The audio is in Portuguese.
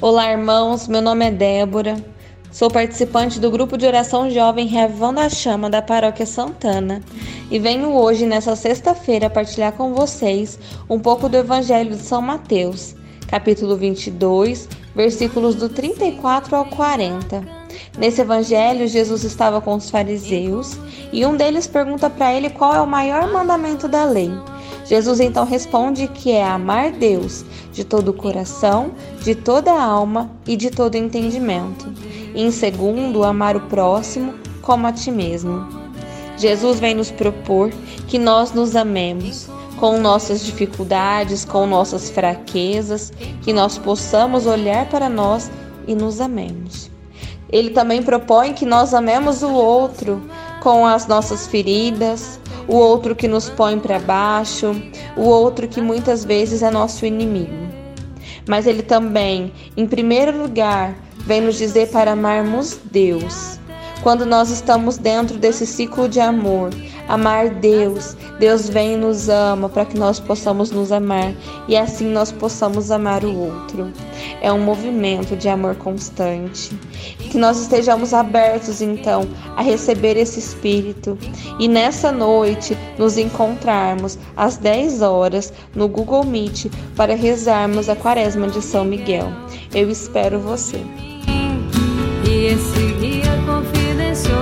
Olá, irmãos. Meu nome é Débora. Sou participante do grupo de oração jovem Reavivando a Chama da Paróquia Santana e venho hoje, nessa sexta-feira, partilhar com vocês um pouco do Evangelho de São Mateus, capítulo 22, versículos do 34 ao 40. Nesse evangelho, Jesus estava com os fariseus e um deles pergunta para ele qual é o maior mandamento da lei. Jesus então responde que é amar Deus de todo o coração, de toda a alma e de todo o entendimento. E em segundo, amar o próximo como a ti mesmo. Jesus vem nos propor que nós nos amemos, com nossas dificuldades, com nossas fraquezas, que nós possamos olhar para nós e nos amemos. Ele também propõe que nós amemos o outro com as nossas feridas, o outro que nos põe para baixo, o outro que muitas vezes é nosso inimigo. Mas ele também, em primeiro lugar, vem nos dizer para amarmos Deus. Quando nós estamos dentro desse ciclo de amor, amar Deus, Deus vem e nos ama para que nós possamos nos amar e assim nós possamos amar o outro. É um movimento de amor constante. Que nós estejamos abertos então a receber esse Espírito e nessa noite nos encontrarmos às 10 horas no Google Meet para rezarmos a Quaresma de São Miguel. Eu espero você. E esse guia confidencial